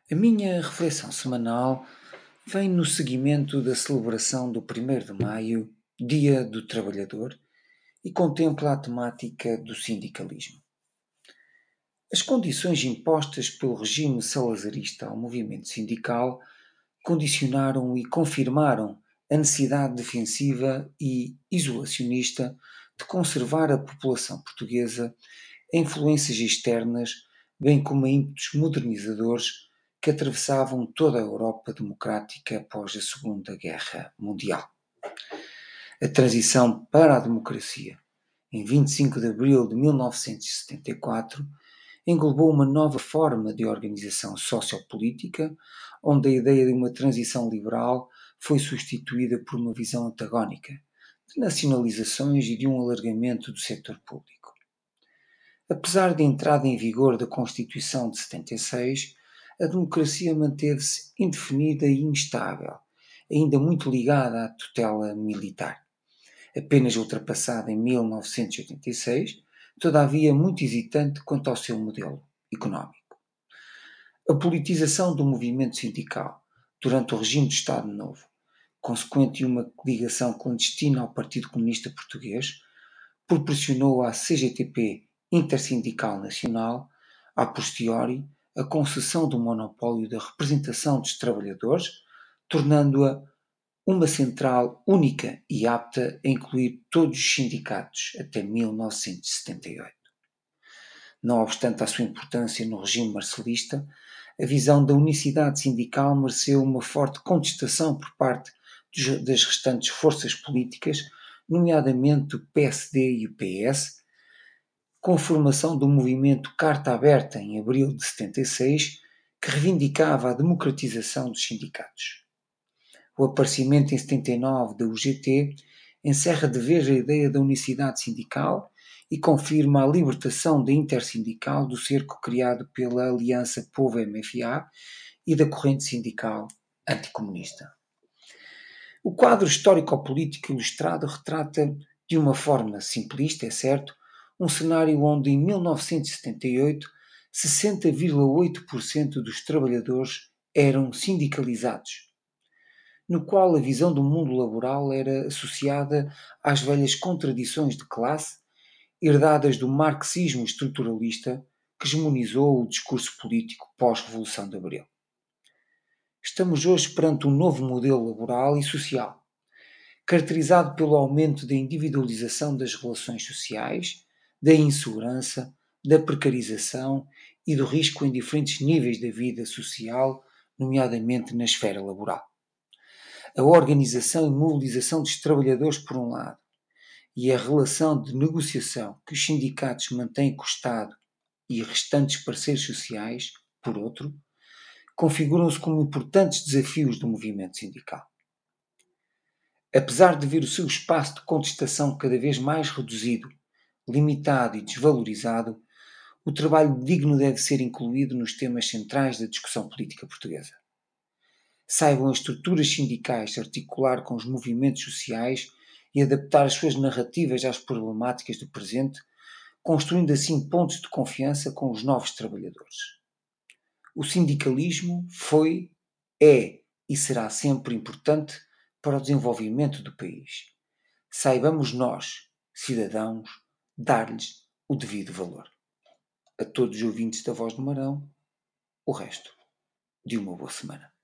A minha reflexão semanal vem no seguimento da celebração do 1º de Maio, Dia do Trabalhador, e contempla a temática do sindicalismo. As condições impostas pelo regime salazarista ao movimento sindical condicionaram e confirmaram a necessidade defensiva e isolacionista de conservar a população portuguesa a influências externas, bem como a ímpetos modernizadores que atravessavam toda a Europa democrática após a Segunda Guerra Mundial. A transição para a democracia, em 25 de abril de 1974, englobou uma nova forma de organização sociopolítica, onde a ideia de uma transição liberal foi substituída por uma visão antagónica, de nacionalizações e de um alargamento do setor público. Apesar da entrada em vigor da Constituição de 76, a democracia manteve-se indefinida e instável, ainda muito ligada à tutela militar. Apenas ultrapassada em 1986, todavia muito hesitante quanto ao seu modelo económico. A politização do movimento sindical durante o regime de Estado Novo, consequente a uma ligação clandestina ao Partido Comunista Português, proporcionou à CGTP Intersindical Nacional, a posteriori, a concessão do monopólio da representação dos trabalhadores, tornando-a uma central única e apta a incluir todos os sindicatos até 1978. Não obstante a sua importância no regime marcelista, a visão da unicidade sindical mereceu uma forte contestação por parte das restantes forças políticas, nomeadamente o PSD e o PS, com a formação do movimento Carta Aberta em abril de 76, que reivindicava a democratização dos sindicatos. O aparecimento em 79 da UGT encerra de vez a ideia da unicidade sindical e confirma a libertação da intersindical do cerco criado pela Aliança Povo-MFA e da corrente sindical anticomunista. O quadro histórico-político ilustrado retrata, de uma forma simplista, é certo, um cenário onde em 1978 60,8% dos trabalhadores eram sindicalizados, no qual a visão do mundo laboral era associada às velhas contradições de classe herdadas do marxismo estruturalista que hegemonizou o discurso político pós-Revolução de Abril. Estamos hoje perante um novo modelo laboral e social, caracterizado pelo aumento da individualização das relações sociais, da insegurança, da precarização e do risco em diferentes níveis da vida social, nomeadamente na esfera laboral. A organização e mobilização dos trabalhadores, por um lado, e a relação de negociação que os sindicatos mantêm com o Estado e restantes parceiros sociais, por outro, configuram-se como importantes desafios do movimento sindical. Apesar de ver o seu espaço de contestação cada vez mais reduzido, limitado e desvalorizado, o trabalho digno deve ser incluído nos temas centrais da discussão política portuguesa. Saibam as estruturas sindicais articular com os movimentos sociais e adaptar as suas narrativas às problemáticas do presente, construindo assim pontos de confiança com os novos trabalhadores. O sindicalismo foi, é e será sempre importante para o desenvolvimento do país. Saibamos nós, cidadãos, dar-lhes o devido valor. A todos os ouvintes da Voz do Marão, o resto de uma boa semana.